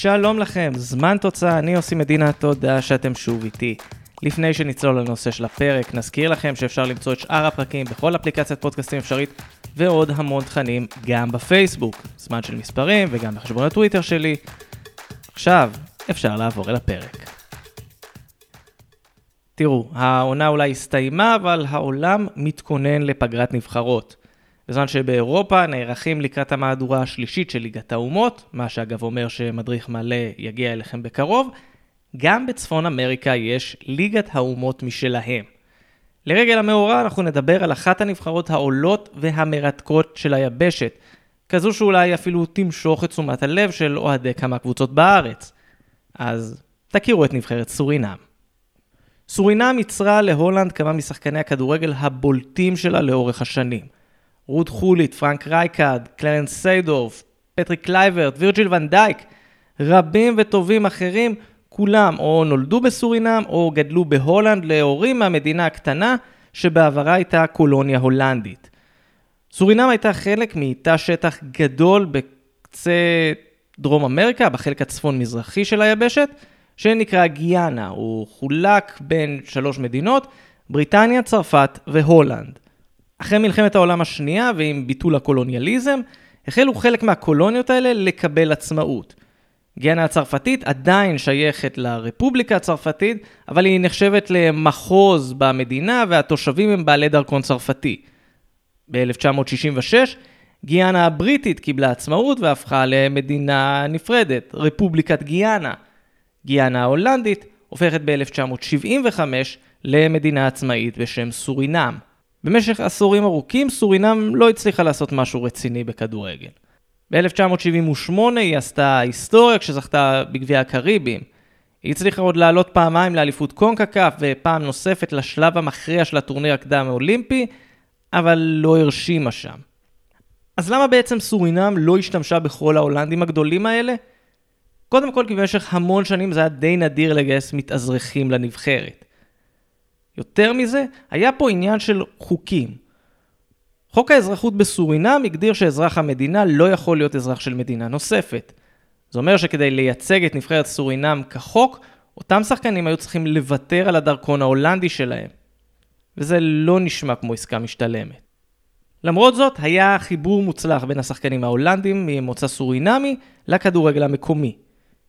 שלום לכם, זמן תוצאה, אני עושה מדינה, תודה שאתם שוב איתי. לפני שנצלול לנושא של הפרק, נזכיר לכם שאפשר למצוא את שאר הפרקים בכל אפליקציית פודקאסטים אפשרית, ועוד המון תכנים גם בפייסבוק, זמן של מספרים וגם בחשבון הטוויטר שלי. עכשיו אפשר לעבור אל הפרק. תראו, העונה אולי הסתיימה, אבל העולם מתכונן לפגרת נבחרות. בזמן שבאירופה נערכים לקראת המהדורה השלישית של ליגת האומות, מה שאגב אומר שמדריך מלא יגיע אליכם בקרוב, גם בצפון אמריקה יש ליגת האומות משלהם. לרגל המאורע אנחנו נדבר על אחת הנבחרות העולות והמרתקות של היבשת, כזו שאולי אפילו תמשוך את תשומת הלב של אוהדי כמה קבוצות בארץ. אז תכירו את נבחרת סורינם. סורינם יצרה להולנד כמה משחקני הכדורגל הבולטים שלה לאורך השנים. רות חולית, פרנק רייקארד, קלרנס סיידורף, פטריק קלייברט, וירג'יל ון דייק, רבים וטובים אחרים, כולם או נולדו בסורינם או גדלו בהולנד להורים מהמדינה הקטנה שבעברה הייתה קולוניה הולנדית. סורינם הייתה חלק מתא שטח גדול בקצה דרום אמריקה, בחלק הצפון מזרחי של היבשת, שנקרא גיאנה. הוא חולק בין 3 מדינות, בריטניה, צרפת והולנד. אחרי מלחמת העולם השנייה ועם ביטול הקולוניאליזם, החלו חלק מהקולוניות האלה לקבל עצמאות. גיאנה הצרפתית עדיין שייכת לרפובליקה הצרפתית, אבל היא נחשבת למחוז במדינה והתושבים הם בעלי דרכון צרפתי. ב-1966, גיאנה הבריטית קיבלה עצמאות והפכה למדינה נפרדת, רפובליקת גיאנה. גיאנה ההולנדית הופכת ב-1975 למדינה עצמאית בשם סורינם. במשך עשורים ארוכים סורינם לא הצליחה לעשות משהו רציני בכדורגל. ב-1978 היא עשתה היסטוריה כשזכתה בגביע הקריבים. היא הצליחה עוד לעלות פעמיים לאליפות קונקקף ופעם נוספת לשלב המכריע של הטורניר הקדם האולימפי, אבל לא הרשימה שם. אז למה בעצם סורינם לא השתמשה בכל ההולנדים הגדולים האלה? קודם כל כי במשך המון שנים זה היה די נדיר לגייס מתאזרחים לנבחרת. יותר מזה, היה פה עניין של חוקים. חוק האזרחות בסורינם הגדיר שאזרח המדינה לא יכול להיות אזרח של מדינה נוספת. זה אומר שכדי לייצג את נבחרת סורינם כחוק, אותם שחקנים היו צריכים לוותר על הדרכון ההולנדי שלהם. וזה לא נשמע כמו עסקה משתלמת. למרות זאת, היה חיבור מוצלח בין השחקנים ההולנדים ממוצא סורינמי לכדורגל המקומי.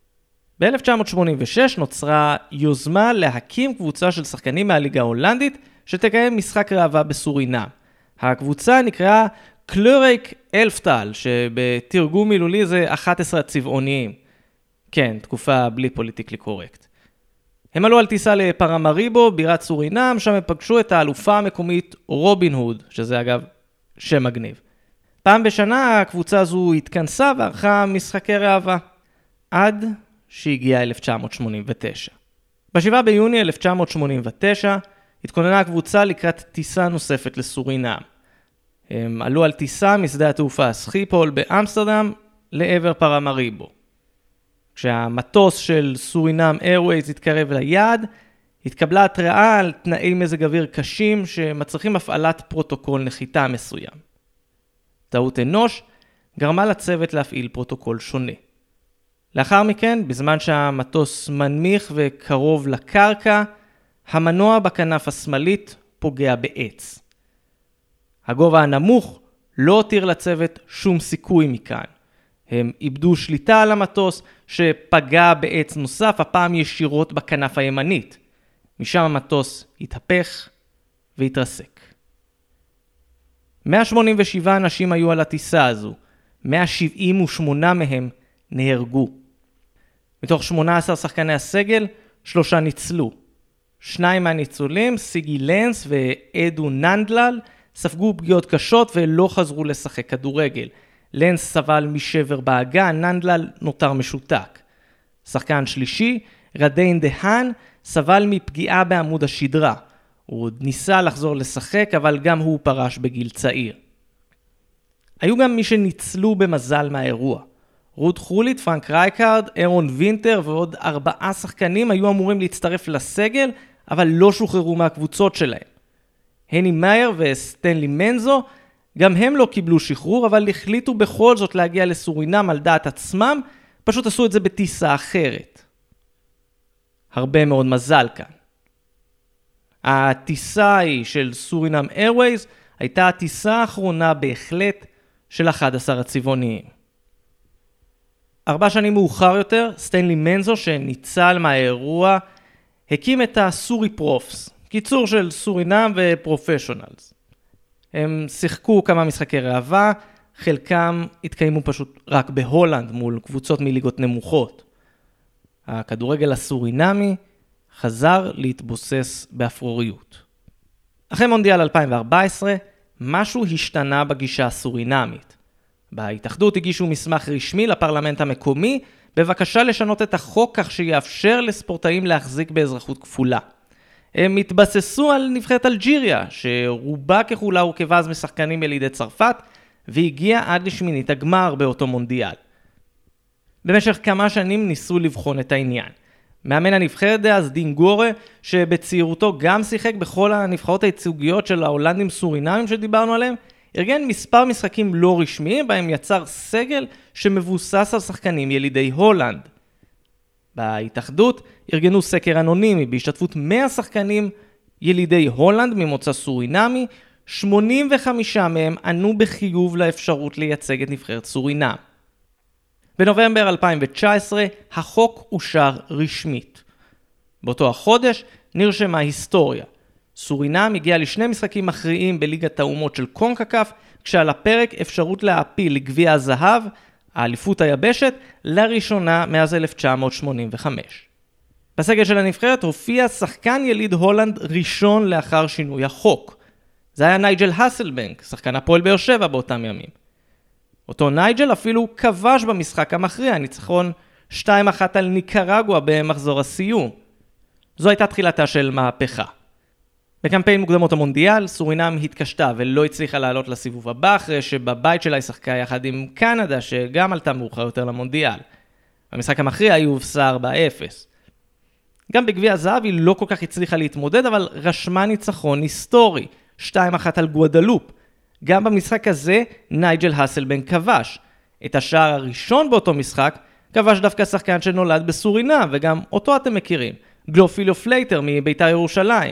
ב-1986 נוצרה יוזמה להקים קבוצה של שחקנים מהליגה ההולנדית שתקיים משחק ראווה בסורינם. הקבוצה נקראה קלורייק אלפטל, שבתרגום מילולי זה 11 הצבעוניים. כן, תקופה בלי פוליטיקלי קורקט. הם עלו על טיסה לפרמריבו, בירת סורינם, שם הם פגשו את האלופה המקומית רובין הוד, שזה אגב שם מגניב. פעם בשנה הקבוצה הזו התכנסה וערכה משחקי ראווה. עד שהגיע 1989. ב-7 ביוני 1989 התכוננה הקבוצה לקראת טיסה נוספת לסורינם. הם עלו על טיסה משדה התעופה סחיפול באמסטרדם לעבר פרמריבו. כשהמטוס של סורינם איירווייז התקרב ליעד, התקבלה התראה על תנאי מזג אוויר קשים שמצריכים הפעלת פרוטוקול נחיתה מסוים. טעות אנוש גרמה לצוות להפעיל פרוטוקול שונה. לאחר מכן, בזמן שהמטוס מנמיך וקרוב לקרקע, המנוע בכנף השמאלית פוגע בעץ. הגובה הנמוך לא הותיר לצוות שום סיכוי מכאן. הם איבדו שליטה על המטוס שפגע בעץ נוסף, הפעם ישירות בכנף הימנית. משם המטוס התהפך והתרסק. 187 אנשים היו על הטיסה הזו, 178 מהם נהרגו. מתוך 18 שחקני הסגל, 3 ניצלו. 2 מהניצולים, סיגי לנס ואדו ננדלל, ספגו פגיעות קשות ולא חזרו לשחק כדורגל. לנס סבל משבר באגן, ננדלל נותר משותק. שחקן שלישי, רדיין דהן, סבל מפגיעה בעמוד השדרה. הוא ניסה לחזור לשחק, אבל גם הוא פרש בגיל צעיר. היו גם מי שניצלו במזל מהאירוע. רות חולית, פרנק רייקארד, אירון וינטר ועוד 4 שחקנים היו אמורים להצטרף לסגל, אבל לא שוחררו מהקבוצות שלהם. הני מאייר וסטנלי מנזו, גם הם לא קיבלו שחרור, אבל החליטו בכל זאת להגיע לסורינם על דעת עצמם, פשוט עשו את זה בטיסה אחרת. הרבה מאוד מזל כאן. הטיסה היא של סורינם איירווייז הייתה הטיסה האחרונה בהחלט של 11 הצבעוניים. 4 שנים מאוחר יותר, סטנלי מנזו שניצל מהאירוע, הקים את הסורי פרופס, קיצור של סורינם ופרופשיונלס. הם שיחקו כמה משחקי ראווה, חלקם התקיימו פשוט רק בהולנד מול קבוצות מליגות נמוכות. הכדורגל הסורינמי חזר להתבוסס באפרוריות. אחרי מונדיאל 2014, משהו השתנה בגישה הסורינמית. בהתאחדות הגישו מסמך רשמי לפרלמנט המקומי, בבקשה לשנות את החוק כך שיאפשר לספורטאים להחזיק באזרחות כפולה. הם התבססו על נבחרת אלג'יריה, שרובה ככולה הורכבה אז משחקנים ילידי צרפת, והגיעה עד לשמינית הגמר באותו מונדיאל. במשך כמה שנים ניסו לבחון את העניין. מאמן הנבחרת דאז דין גורה, שבצעירותו גם שיחק בכל הנבחרות הייצוגיות של ההולנדים סורינמים שדיברנו עליהם, ארגן מספר משחקים לא רשמיים, בהם יצר סגל שמבוסס על שחקנים ילידי הולנד. בהתאחדות ארגנו סקר אנונימי בהשתתפות 100 שחקנים ילידי הולנד ממוצא סורינמי, 85 מהם ענו בחיוב לאפשרות לייצג את נבחרת סורינם. בנובמבר 2019 החוק אושר רשמית. באותו החודש נרשמה היסטוריה. סורינם הגיעה לשני משחקים מכריעים בליגת האומות של קונקקף, כשעל הפרק אפשרות להעפיל לגביע הזהב, האליפות היבשת, לראשונה מאז 1985. בסגל של הנבחרת הופיע שחקן יליד הולנד ראשון לאחר שינוי החוק. זה היה נייג'ל הסלבנק, שחקן הפועל באר שבע באותם ימים. אותו נייג'ל אפילו כבש במשחק המכריע, ניצחון 2-1 על ניקרגואה במחזור הסיום. זו הייתה תחילתה של מהפכה. בקמפיין מוקדמות המונדיאל, סורינם התקשתה ולא הצליחה לעלות לסיבוב הבא, אחרי שבבית שלה היא שחקה יחד עם קנדה, שגם עלתה מאוחר יותר למונדיאל. במשחק המכריע היא הובסה 4-0. גם בגביע הזהב היא לא כל כך הצליחה להתמודד, אבל רשמה ניצחון היסטורי, 2-1 על גואדלופ. גם במשחק הזה נייג'ל הסלבנק כבש. את השער הראשון באותו משחק כבש דווקא שחקן שנולד בסורינם, וגם אותו אתם מכירים, גלופיליו פלייטר מבית"ר ירושלים.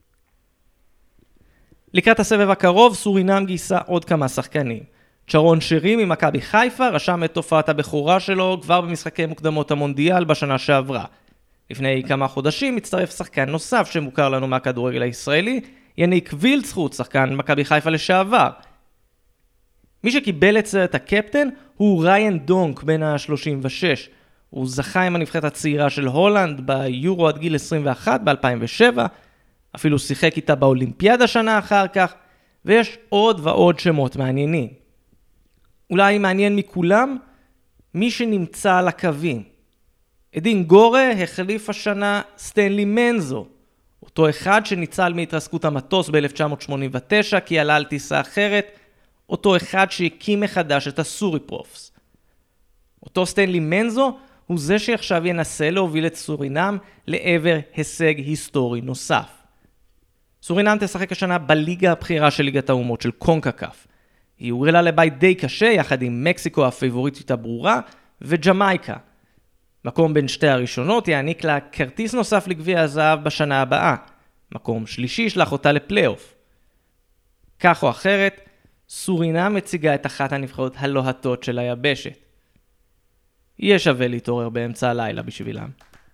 לקראת הסבב הקרוב סורינם גייסה עוד כמה שחקנים. צ'רון שרי ממכבי חיפה רשם את תופעת הבכורה שלו כבר במשחקי מוקדמות המונדיאל בשנה שעברה. לפני כמה חודשים מצטרף שחקן נוסף שמוכר לנו מהכדורגל הישראלי, יניק וילצחוט, שחקן מכבי חיפה לשעבר. מי שקיבל את סרט הקפטן הוא ריין דונק בן ה-36. הוא זכה עם הנבחרת הצעירה של הולנד ביורו עד גיל 21 ב-2007, אפילו שיחק איתה באולימפיאדה שנה אחר כך, ויש עוד ועוד שמות מעניינים. אולי מעניין מכולם מי שנמצא על הקווים. דין גורה החליף השנה סטנלי מנזו, אותו אחד שניצל מהתרסקות המטוס ב-1989 כי עלה על טיסה אחרת, אותו אחד שהקים מחדש את הסורי פרופס. אותו סטנלי מנזו הוא זה שעכשיו ינסה להוביל את סורינם לעבר הישג היסטורי נוסף. סורינם תשחק השנה בליגה הבכירה של ליגת האומות של קונקקף. היא הוגרלה לבית די קשה יחד עם מקסיקו הפייבוריטית הברורה וג'מייקה. מקום בין שתי הראשונות יעניק לה כרטיס נוסף לגביע הזהב בשנה הבאה. מקום שלישי ישלח אותה לפלייאוף. כך או אחרת, סורינם מציגה את אחת הנבחרות הלוהטות של היבשת. יהיה שווה להתעורר באמצע הלילה בשבילם.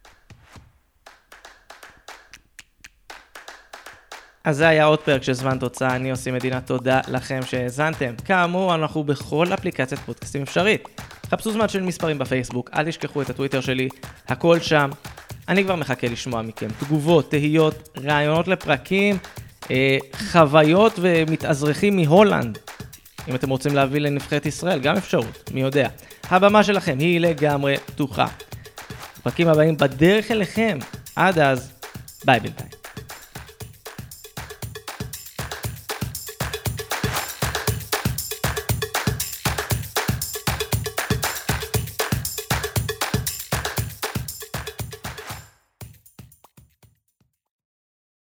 אז זה היה עוד פרק של זמן תוצאה, אני עושה מדינה, תודה לכם שהאזנתם. כאמור, אנחנו בכל אפליקציית פודקאסטים אפשרית. חפשו זמן של מספרים בפייסבוק, אל תשכחו את הטוויטר שלי, הכל שם. אני כבר מחכה לשמוע מכם תגובות, תהיות, רעיונות לפרקים, חוויות ומתאזרחים מהולנד. אם אתם רוצים להביא לנבחרת ישראל, גם אפשרות, מי יודע. הבמה שלכם היא לגמרי פתוחה. הפרקים הבאים בדרך אליכם. עד אז, ביי בינתיים.